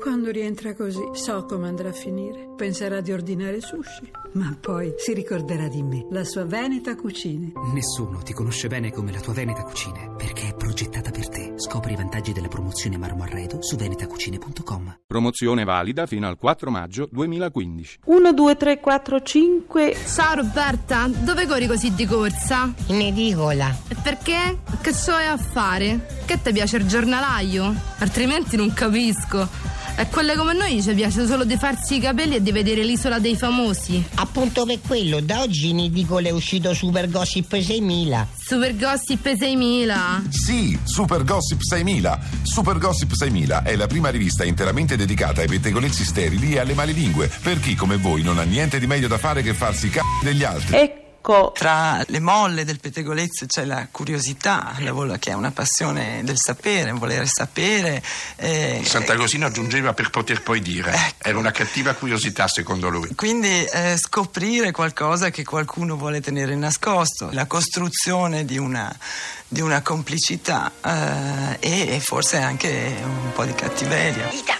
Quando rientra così, so come andrà a finire. Penserà di ordinare sushi, ma poi si ricorderà di me, la sua Veneta Cucine. Nessuno ti conosce bene come la tua Veneta Cucine, perché è progettata per te. Scopri i vantaggi della promozione Marmo Arredo su venetacucine.com. Promozione valida fino al 4 maggio 2015. 1, 2, 3, 4, 5. Ciao Roberta, dove corri così di corsa? In edicola. E perché? Che so è a fare? Che ti piace il giornalaio? Altrimenti non capisco. E quelle come noi ci piace solo di farsi i capelli e di vedere l'isola dei famosi. Appunto per quello, da oggi in edicola è uscito Super Gossip 6000. Super Gossip 6000? Sì, Super Gossip 6000. Super Gossip 6000 è la prima rivista interamente dedicata ai pettegolezzi sterili e alle malelingue, per chi come voi non ha niente di meglio da fare che farsi i c***i degli altri. Tra le molle del pettegolezzo c'è la curiosità, che è una passione del sapere, volere sapere. Sant'Agostino aggiungeva per poter poi dire. Era una cattiva curiosità secondo lui. Quindi scoprire qualcosa che qualcuno vuole tenere nascosto, la costruzione di una complicità e forse anche un po' di cattiveria. Ida,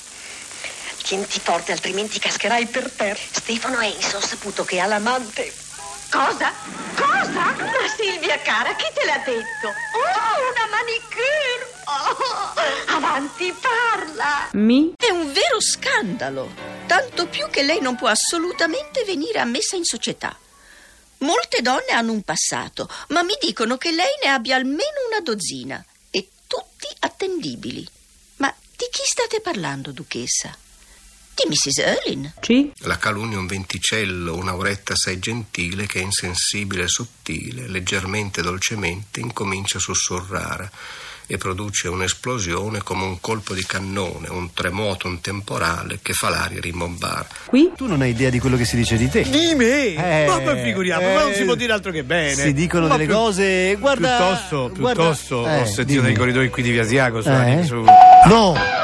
tienti forte altrimenti cascherai per terra. Stefano Enso ha saputo che ha l'amante. Cosa? Cosa? Ma Silvia cara, chi te l'ha detto? Oh, una manicure! Oh, avanti, parla! È un vero scandalo, tanto più che lei non può assolutamente venire ammessa in società. Molte donne hanno un passato, ma mi dicono che lei ne abbia almeno una dozzina, e tutti attendibili. Ma di chi state parlando, duchessa? Di Mrs. Erlin? Sì. La calunnia è un venticello, un'auretta assai gentile che è insensibile e sottile, leggermente dolcemente incomincia a sussurrare e produce un'esplosione come un colpo di cannone, un tremoto, un temporale che fa l'aria rimbombare. Qui? Tu non hai idea di quello che si dice di te. Di me? Ma figuriamo, ma non si può dire altro che bene. Si dicono delle cose, guarda. Piuttosto, ho sentito nei corridoi qui di Via Asiago. Su. No!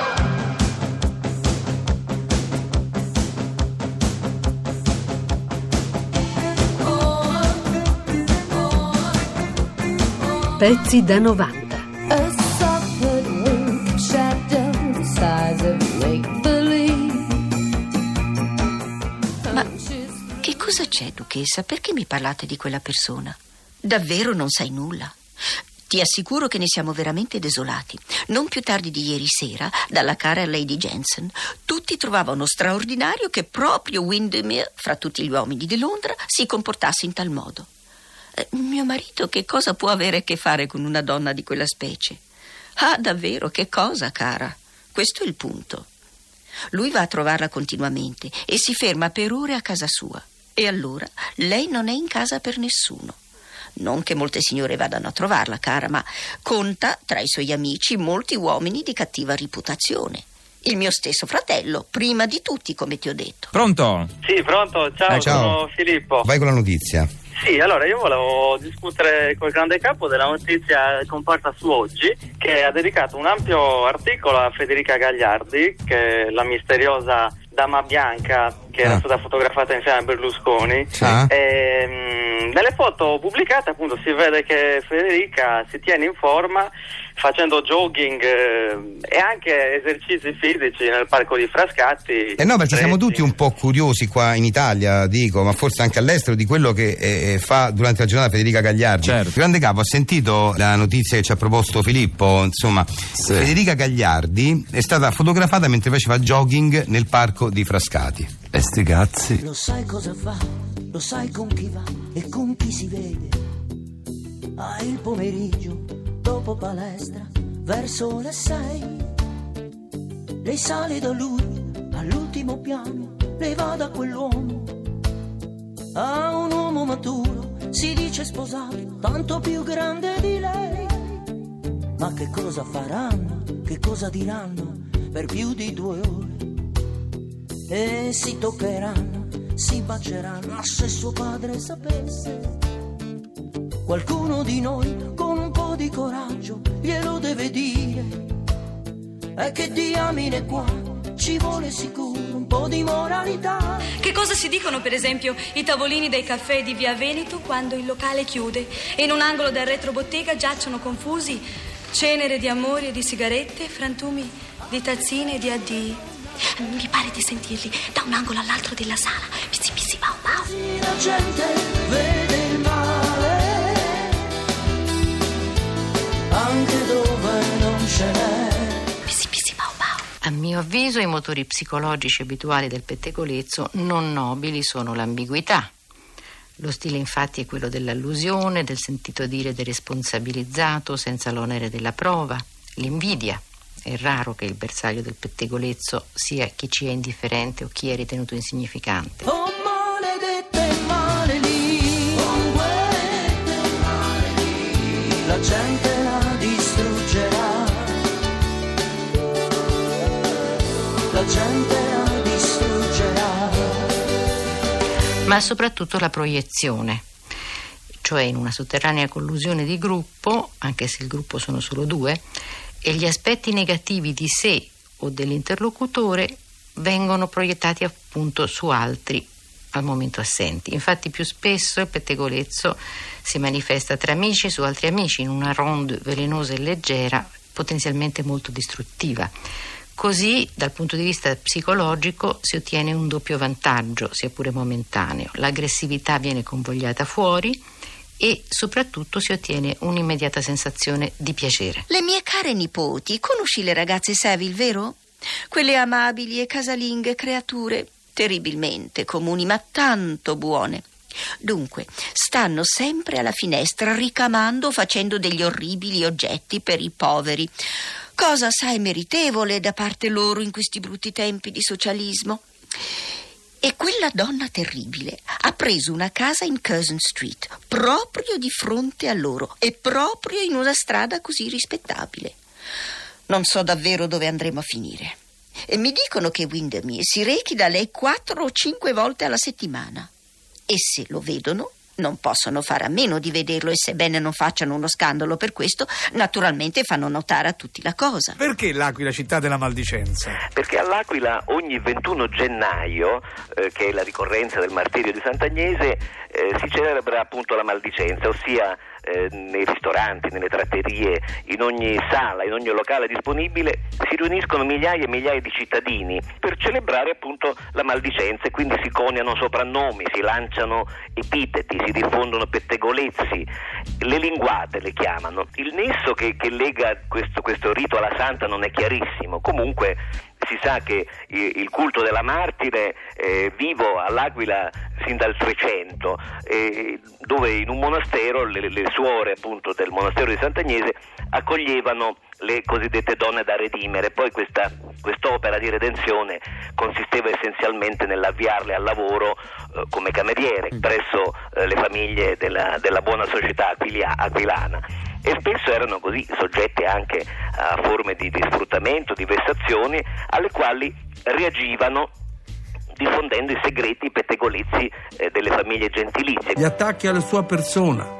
Pezzi da 90. Ma che cosa c'è, duchessa? Perché mi parlate di quella persona? Davvero non sai nulla? Ti assicuro che ne siamo veramente desolati. Non più tardi di ieri sera, dalla cara Lady Jensen, tutti trovavano straordinario che proprio Windermere, fra tutti gli uomini di Londra, si comportasse in tal modo. Mio marito che cosa può avere a che fare con una donna di quella specie? Ah, davvero, che cosa, cara? Questo è il punto. Lui va a trovarla continuamente e si ferma per ore a casa sua. E allora lei non è in casa per nessuno. Non che molte signore vadano a trovarla, cara, ma conta tra i suoi amici molti uomini di cattiva reputazione. Il mio stesso fratello, prima di tutti, come ti ho detto. Pronto? Sì, pronto, ciao. Sono Filippo. Vai con la notizia. Sì, allora io volevo discutere col grande capo della notizia comparsa su Oggi, che ha dedicato un ampio articolo a Federica Gagliardi, che è la misteriosa dama bianca che era stata fotografata insieme a Berlusconi. Nelle foto pubblicate appunto si vede che Federica si tiene in forma facendo jogging e anche esercizi fisici nel parco di Frascati. No, perché siamo tutti un po' curiosi qua in Italia, dico, ma forse anche all'estero, di quello che fa durante la giornata Federica Gagliardi. Certo. Grande capo, ha sentito la notizia che ci ha proposto Filippo? Insomma, sì. Federica Gagliardi è stata fotografata mentre faceva jogging nel parco di Frascati. E sti cazzi. Lo sai cosa fa, lo sai con chi va e con chi si vede. Il pomeriggio dopo palestra verso le 6 lei sale da lui all'ultimo piano, lei va da quell'uomo a un uomo maturo, si dice sposato, tanto più grande di lei. Ma che cosa faranno, che cosa diranno per più di 2 ore? E si toccheranno, si bacieranno, ma se suo padre sapesse. Qualcuno di noi con un po' di coraggio glielo deve dire. E che diamine qua ci vuole sicuro un po' di moralità. Che cosa si dicono per esempio i tavolini dei caffè di Via Veneto quando il locale chiude e in un angolo del retrobottega giacciono confusi cenere di amori e di sigarette, frantumi di tazzine e di addii. Mi pare di sentirli da un angolo all'altro della sala. Pissi pissi pau pau. La gente vede il male anche dove non ce n'è. Pissi pissi pau pau. A mio avviso i motori psicologici abituali del pettegolezzo non nobili sono l'ambiguità. Lo stile infatti è quello dell'allusione, del sentito dire deresponsabilizzato senza l'onere della prova, l'invidia. È raro che il bersaglio del pettegolezzo sia chi ci è indifferente o chi è ritenuto insignificante. Oh maledette male lì, oh maledette male lì, la gente la distruggerà, la gente la distruggerà. Ma soprattutto la proiezione, cioè in una sotterranea collusione di gruppo, anche se il gruppo sono solo due, e gli aspetti negativi di sé o dell'interlocutore vengono proiettati appunto su altri al momento assenti. Infatti più spesso il pettegolezzo si manifesta tra amici su altri amici in una ronde velenosa e leggera, potenzialmente molto distruttiva. Così, dal punto di vista psicologico, si ottiene un doppio vantaggio, sia pure momentaneo. L'aggressività viene convogliata fuori e soprattutto si ottiene un'immediata sensazione di piacere. Le mie care nipoti, conosci le ragazze Savile, vero? Quelle amabili e casalinghe creature, terribilmente comuni ma tanto buone. Dunque, stanno sempre alla finestra ricamando, facendo degli orribili oggetti per i poveri. Cosa assai meritevole da parte loro in questi brutti tempi di socialismo. E quella donna terribile ha preso una casa in Curzon Street, proprio di fronte a loro e proprio in una strada così rispettabile. Non so davvero dove andremo a finire. E mi dicono che Windermere si rechi da lei 4 o 5 volte alla settimana. E se lo vedono, non possono fare a meno di vederlo, e sebbene non facciano uno scandalo per questo, naturalmente fanno notare a tutti la cosa. Perché l'Aquila città della maldicenza? Perché all'Aquila ogni 21 gennaio, che è la ricorrenza del martirio di Sant'Agnese, si celebra appunto la maldicenza, ossia nei ristoranti, nelle tratterie, in ogni sala, in ogni locale disponibile si riuniscono migliaia e migliaia di cittadini per celebrare appunto la maldicenza, e quindi si coniano soprannomi, si lanciano epiteti, si diffondono pettegolezzi, le linguate le chiamano. Il nesso che lega questo rito alla santa non è chiarissimo. Comunque si sa che il culto della martire è vivo all'Aquila sin dal 300, dove in un monastero le suore appunto del monastero di Sant'Agnese accoglievano le cosiddette donne da redimere. Poi quest'opera di redenzione consisteva essenzialmente nell'avviarle al lavoro come cameriere presso le famiglie della buona società aquilana, e spesso erano così soggette anche a forme di sfruttamento, di vessazioni, alle quali reagivano diffondendo i segreti, i pettegolezzi delle famiglie gentilizie. Gli attacchi alla sua persona,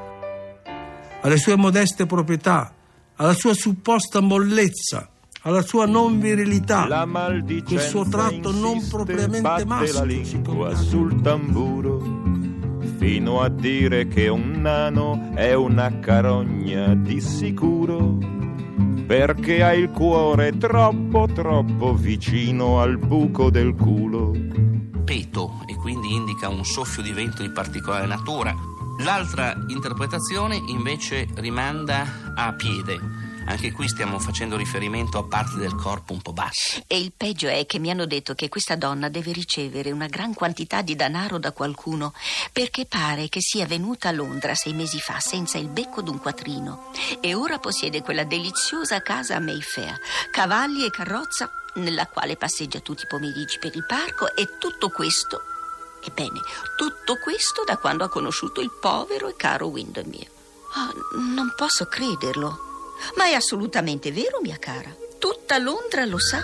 alle sue modeste proprietà, alla sua supposta mollezza, alla sua non virilità, il suo tratto non propriamente maschio. La lingua sul tamburo fino a dire che un nano è una carogna di sicuro, perché ha il cuore troppo troppo vicino al buco del culo. Peto, e quindi indica un soffio di vento di particolare natura. L'altra interpretazione invece rimanda a piede. Anche qui stiamo facendo riferimento a parti del corpo un po' basse. E il peggio è che mi hanno detto che questa donna deve ricevere una gran quantità di denaro da qualcuno, perché pare che sia venuta a Londra 6 mesi fa senza il becco d'un quattrino, e ora possiede quella deliziosa casa a Mayfair, cavalli e carrozza, nella quale passeggia tutti i pomeriggi per il parco, e tutto questo, ebbene, tutto questo da quando ha conosciuto il povero e caro Windermere. Non posso crederlo. Ma è assolutamente vero, mia cara. Tutta Londra lo sa.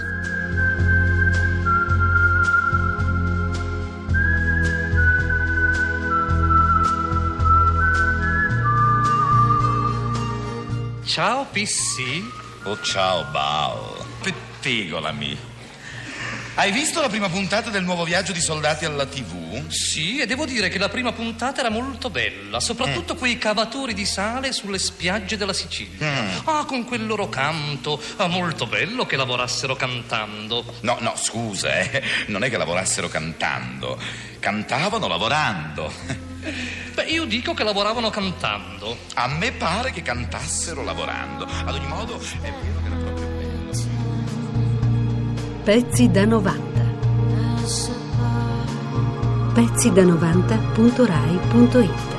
Ciao, Pissy. Oh, ciao, Bal. Pettegolami. Hai visto la prima puntata del nuovo viaggio di soldati alla TV? Sì, e devo dire che la prima puntata era molto bella, soprattutto quei cavatori di sale sulle spiagge della Sicilia. Con quel loro canto, molto bello che lavorassero cantando. No, scusa, non è che lavorassero cantando, cantavano lavorando. Beh, io dico che lavoravano cantando. A me pare che cantassero lavorando. Ad ogni modo, è vero che era proprio bello. Pezzi da 90. pezzida90.rai.it